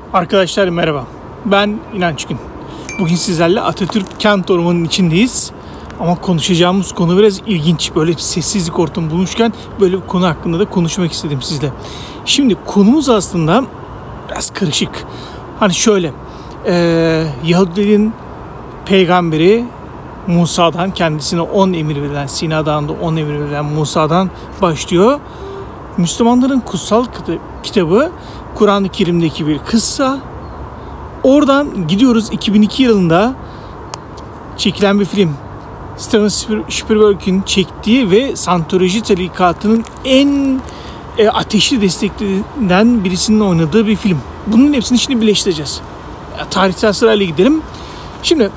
Arkadaşlar merhaba. Ben İnanç Gün. Bugün sizlerle Atatürk Kent Ormanı'nın içindeyiz. Ama konuşacağımız konu biraz ilginç. Böyle bir sessizlik ortamı bulmuşken böyle bir konu hakkında da konuşmak istedim sizle. Şimdi konumuz aslında biraz karışık. Hani şöyle, Yahudilerin peygamberi Musa'dan, kendisine 10 emir verilen, Sina Dağı'nda 10 emir verilen Musa'dan başlıyor. Müslümanların kutsal kitabı Kur'an-ı Kerim'deki bir kıssa. Oradan gidiyoruz 2002 yılında çekilen bir film. Steven Spielberg'in çektiği ve Scientology tarikatının en ateşli desteklerinden birisinin oynadığı bir film. Bunun hepsini şimdi birleştireceğiz. Tarihsel sırayla gidelim. Şimdi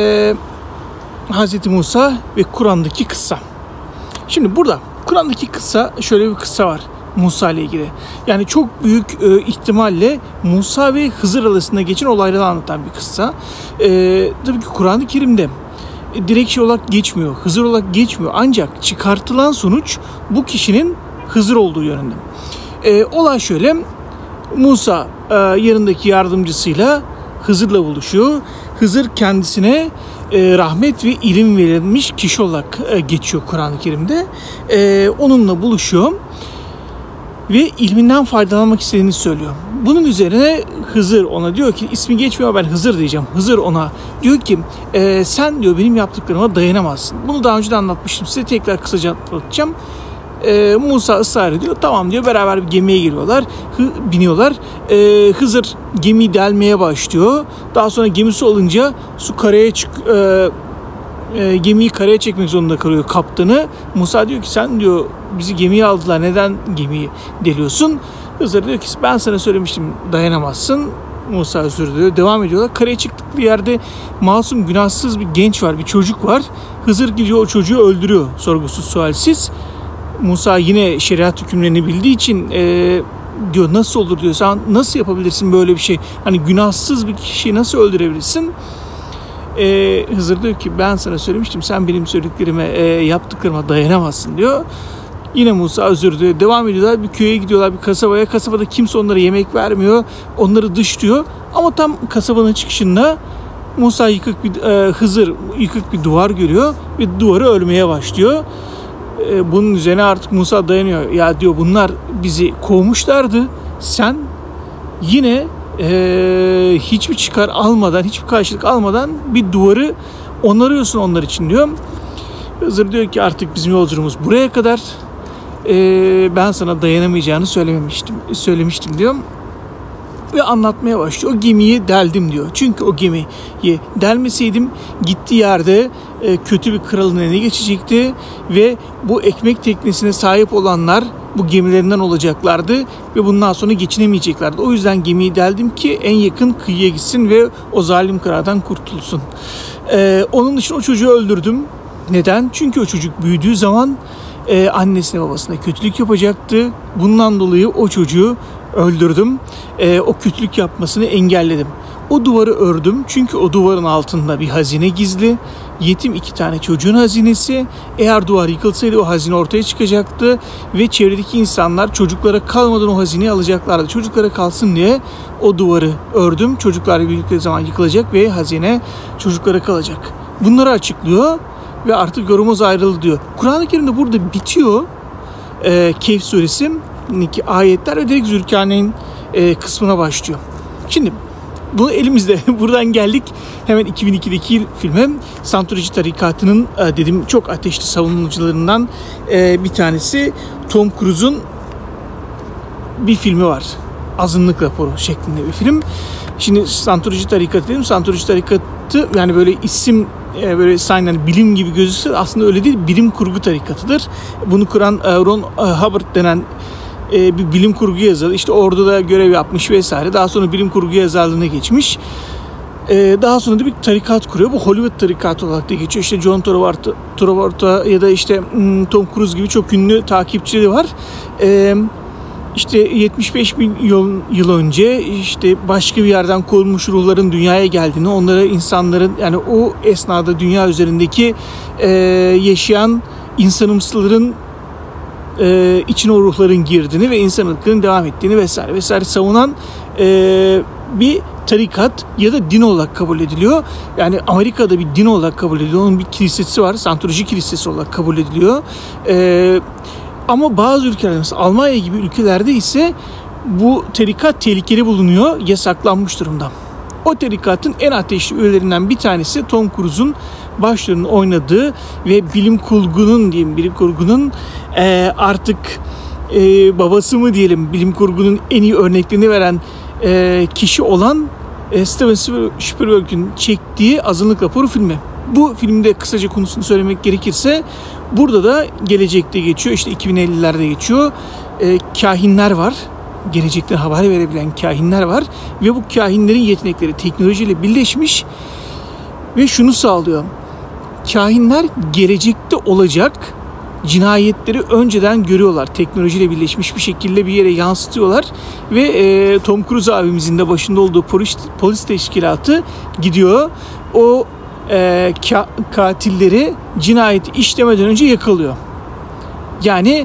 Hz. Musa ve Kur'an'daki kıssa. Şimdi burada Kur'an'daki kıssa, şöyle bir kıssa var Musa ile ilgili. Yani çok büyük ihtimalle Musa ve Hızır arasında geçen olayları anlatan bir kıssa. Tabii ki Kur'an-ı Kerim'de direkt şey olarak geçmiyor, Hızır olarak geçmiyor. Ancak çıkartılan sonuç bu kişinin Hızır olduğu yönünde. Olay şöyle, Musa yanındaki yardımcısıyla Hızır'la buluşuyor. Hızır kendisine rahmet ve ilim verilmiş kişi olarak geçiyor Kur'an-ı Kerim'de. Onunla buluşuyor ve ilminden faydalanmak istediğini söylüyor. Bunun üzerine Hızır ona diyor ki, ismi geçmiyor, ben Hızır diyeceğim. Hızır ona diyor ki sen diyor benim yaptıklarıma dayanamazsın. Bunu daha önce de anlatmıştım size, tekrar kısaca anlatacağım. Musa ısrar ediyor. Tamam diyor, beraber bir gemiye giriyorlar. Biniyorlar. Hızır gemiyi delmeye başlıyor. Daha sonra gemisi olunca su karaya gemiyi karaya çekmek zorunda kalıyor kaptanı. Musa diyor ki sen diyor bizi gemiye aldılar, neden gemiyi deliyorsun? Hızır diyor ki ben sana söylemiştim, dayanamazsın. Musa özür diliyor. Devam ediyorlar. Karaya çıktıkları yerde masum, günahsız bir genç var, bir çocuk var. Hızır gidiyor o çocuğu öldürüyor sorgusuz sualsiz. Musa yine şeriat hükümlerini bildiği için diyor nasıl olur diyor, sen nasıl yapabilirsin böyle bir şey, hani günahsız bir kişiyi nasıl öldürebilirsin? Hızır diyor ki ben sana söylemiştim, sen benim söylediklerime yaptıklarıma dayanamazsın diyor. Yine Musa özür diliyor. Devam ediyorlar, bir köye gidiyorlar, bir kasabaya. Kasabada kimse onlara yemek vermiyor, onları dışlıyor. Ama tam kasabanın çıkışında Musa Hızır yıkık bir duvar görüyor ve duvarı örmeye başlıyor. Bunun üzerine artık Musa dayanıyor. Ya diyor bunlar bizi kovmuşlardı. Sen yine hiçbir çıkar almadan, hiçbir karşılık almadan bir duvarı onarıyorsun onlar için diyor. Hızır diyor ki artık bizim yolculuğumuz buraya kadar. Ben sana dayanamayacağını söylemiştim diyor. Ve anlatmaya başlıyor. O gemiyi deldim diyor. Çünkü o gemiyi delmeseydim gittiği yerde kötü bir kralın eline geçecekti ve bu ekmek teknesine sahip olanlar bu gemilerinden olacaklardı ve bundan sonra geçinemeyeceklerdi. O yüzden gemiyi deldim ki en yakın kıyıya gitsin ve o zalim kraldan kurtulsun. Onun için o çocuğu öldürdüm. Neden? Çünkü o çocuk büyüdüğü zaman annesine babasına kötülük yapacaktı. Bundan dolayı o çocuğu öldürdüm. O kötülük yapmasını engelledim. O duvarı ördüm çünkü o duvarın altında bir hazine gizli. Yetim 2 tane çocuğun hazinesi. Eğer duvar yıkılsaydı o hazine ortaya çıkacaktı ve çevredeki insanlar çocuklara kalmadan o hazineyi alacaklardı. Çocuklara kalsın diye o duvarı ördüm. Çocuklar büyüdükleri zaman yıkılacak ve hazine çocuklara kalacak. Bunları açıklıyor ve artık yolumuz ayrıldı diyor. Kur'an-ı Kerim'de burada bitiyor. Kehf suresi ayetler ve direkt Zülkarneyn kısmına başlıyor. Şimdi bu elimizde, buradan geldik hemen 2002'deki filme. Scientology tarikatının dedim çok ateşli savunucularından bir tanesi Tom Cruise'un bir filmi var. Azınlık Raporu şeklinde bir film. Şimdi Scientology tarikatı dedim. Scientology tarikatı yani böyle isim böyle sanki bilim gibi gözükse aslında öyle değil. Bilim kurgu tarikatıdır. Bunu kuran Ron Hubbard denen bir bilim kurgu yazarı. İşte orada da görev yapmış vesaire. Daha sonra bilim kurgu yazarlığına geçmiş. Daha sonra da bir tarikat kuruyor. Bu Hollywood tarikatı olarak da geçiyor. İşte John Travolta ya da işte Tom Cruise gibi çok ünlü takipçileri var. İşte 75 bin yıl önce işte başka bir yerden kovulmuş ruhların dünyaya geldiğini, onlara insanların yani o esnada dünya üzerindeki yaşayan insanımsıların içine o ruhların girdiğini ve insan ırkının devam ettiğini vesaire savunan bir tarikat ya da din olarak kabul ediliyor. Yani Amerika'da bir din olarak kabul ediliyor. Onun bir kilisesi var. Scientology kilisesi olarak kabul ediliyor. Ama bazı ülkelerde, mesela Almanya gibi ülkelerde ise bu tarikat tehlikeli bulunuyor. Yasaklanmış durumda. O tarikatın en ateşli üyelerinden bir tanesi Tom Cruise'un başrolünü oynadığı ve bilim kurgunun artık babası mı diyelim, bilim kurgunun en iyi örneklerini veren kişi olan Steven Spielberg'ün çektiği Azınlık Raporu filmi. Bu filmde kısaca konusunu söylemek gerekirse burada da gelecekte geçiyor. İşte 2050'lerde geçiyor. Kahinler var. Gelecekten haber verebilen kahinler var. Ve bu kahinlerin yetenekleri teknolojiyle birleşmiş ve şunu sağlıyor. Kahinler gelecekte olacak cinayetleri önceden görüyorlar. Teknolojiyle birleşmiş bir şekilde bir yere yansıtıyorlar ve Tom Cruise abimizin de başında olduğu polis teşkilatı gidiyor. O katilleri cinayeti işlemeden önce yakalıyor. Yani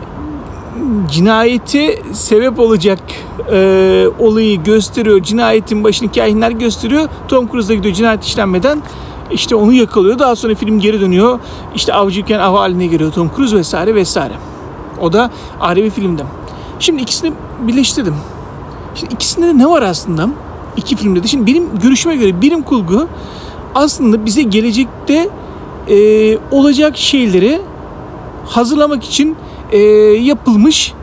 cinayete sebep olacak olayı gösteriyor. Cinayetin başını kahinler gösteriyor. Tom Cruise da gidiyor cinayet işlenmeden işte onu yakalıyor. Daha sonra film geri dönüyor. İşte avcıyken av haline geliyor Tom Cruise vesaire vesaire. O da ayrı bir filmde. Şimdi ikisini birleştirdim. Şimdi ikisinde de ne var aslında? İki filmde de. Şimdi benim görüşüme göre bilim kurgu aslında bize gelecekte olacak şeyleri hazırlamak için yapılmış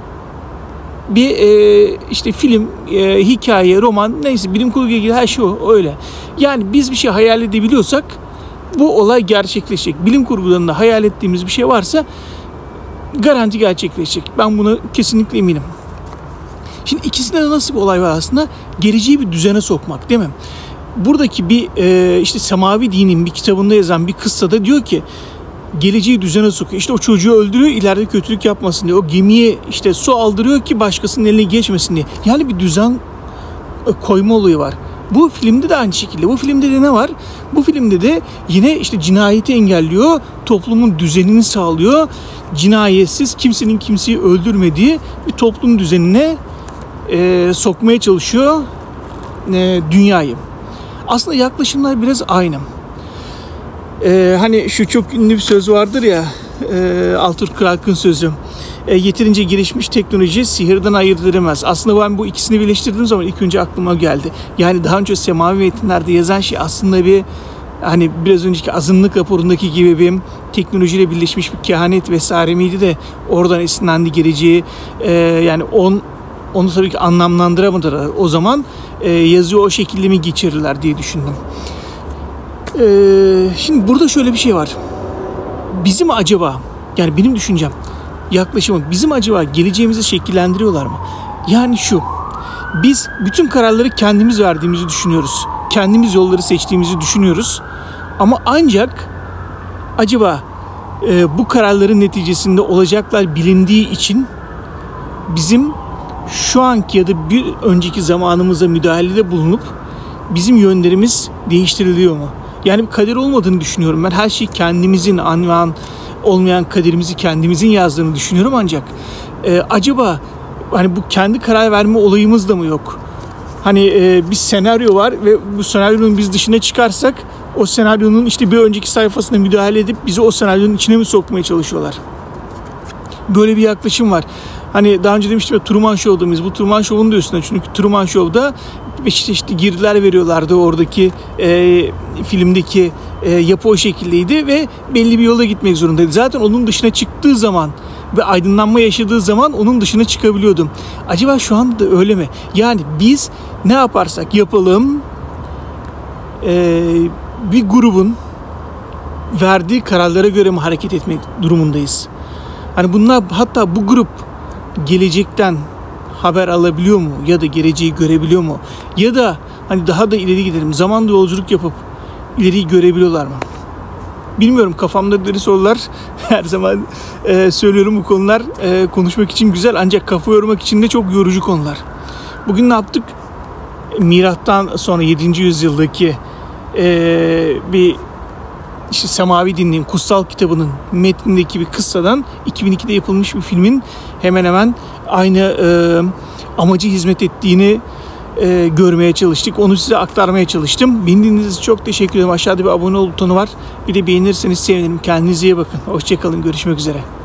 bir işte film, hikaye, roman, neyse bilim kurguya ilgili her şey öyle. Yani biz bir şey hayal edebiliyorsak bu olay gerçekleşecek. Bilim kurgularında hayal ettiğimiz bir şey varsa garanti gerçekleşecek. Ben buna kesinlikle eminim. Şimdi ikisinde de nasıl bir olay var aslında? Geleceği bir düzene sokmak, değil mi? Buradaki bir işte Semavi Din'in bir kitabında yazan bir kıssada diyor ki geleceği düzene sokuyor. İşte o çocuğu öldürüyor, ileride kötülük yapmasın diye. O gemiye işte su aldırıyor ki başkasının eline geçmesin diye. Yani bir düzen koyma olayı var. Bu filmde de aynı şekilde. Bu filmde de ne var? Bu filmde de yine işte cinayeti engelliyor, toplumun düzenini sağlıyor. Cinayetsiz, kimsenin kimseyi öldürmediği bir toplum düzenine sokmaya çalışıyor dünyayı. Aslında yaklaşımlar biraz aynı. Hani şu çok ünlü bir söz vardır ya, Arthur Clarke'ın sözü. Yeterince gelişmiş teknoloji sihirden ayırt edemez. Aslında ben bu ikisini birleştirdiğim zaman ilk önce aklıma geldi. Yani daha önce semavi metinlerde yazan şey aslında bir hani biraz önceki azınlık raporundaki gibi bir teknolojiyle birleşmiş bir kehanet vesaire miydi de oradan esinlendi geleceği. Yani onu tabii ki anlamlandıramadılar. O zaman yazıyı o şekilde mi geçirirler diye düşündüm. Şimdi burada şöyle bir şey var. Bizim acaba, yani benim düşüncem, yaklaşımım, bizim acaba geleceğimizi şekillendiriyorlar mı? Yani şu, biz bütün kararları kendimiz verdiğimizi düşünüyoruz. Kendimiz yolları seçtiğimizi düşünüyoruz. Ama ancak acaba bu kararların neticesinde olacaklar bilindiği için bizim şu anki ya da bir önceki zamanımıza müdahalede bulunup bizim yönlerimiz değiştiriliyor mu? Yani bir kader olmadığını düşünüyorum. Ben her şeyi kendimizin, anlayan olmayan kaderimizi kendimizin yazdığını düşünüyorum ancak acaba hani bu kendi karar verme olayımız da mı yok? Hani bir senaryo var ve bu senaryonun biz dışına çıkarsak o senaryonun işte bir önceki sayfasına müdahale edip bizi o senaryonun içine mi sokmaya çalışıyorlar? Böyle bir yaklaşım var. Hani daha önce demiştim ya, Truman Show'da bu Truman Show'un da üstüne, çünkü Truman Show'da işte girdiler veriyorlardı, oradaki filmdeki yapı o şekildeydi ve belli bir yola gitmek zorundaydı. Zaten onun dışına çıktığı zaman ve aydınlanma yaşadığı zaman onun dışına çıkabiliyordum. Acaba şu anda da öyle mi? Yani biz ne yaparsak yapalım bir grubun verdiği kararlara göre mi hareket etmek durumundayız? Hani bunlar, hatta bu grup gelecekten haber alabiliyor mu ya da geleceği görebiliyor mu? Ya da hani daha da ileri gidelim, zamanda yolculuk yapıp ileriyi görebiliyorlar mı? Bilmiyorum, kafamda deli sorular. Her zaman söylüyorum, bu konular konuşmak için güzel ancak kafa yormak için de çok yorucu konular. Bugün ne yaptık? Milattan sonra 7. yüzyıldaki bir işte Semavi Din'in kutsal kitabının metnindeki bir kıssadan 2002'de yapılmış bir filmin hemen hemen aynı amacı hizmet ettiğini görmeye çalıştık. Onu size aktarmaya çalıştım. Dinlediğiniz için çok teşekkür ederim. Aşağıda bir abone ol butonu var. Bir de beğenirseniz sevinirim. Kendinize iyi bakın. Hoşçakalın. Görüşmek üzere.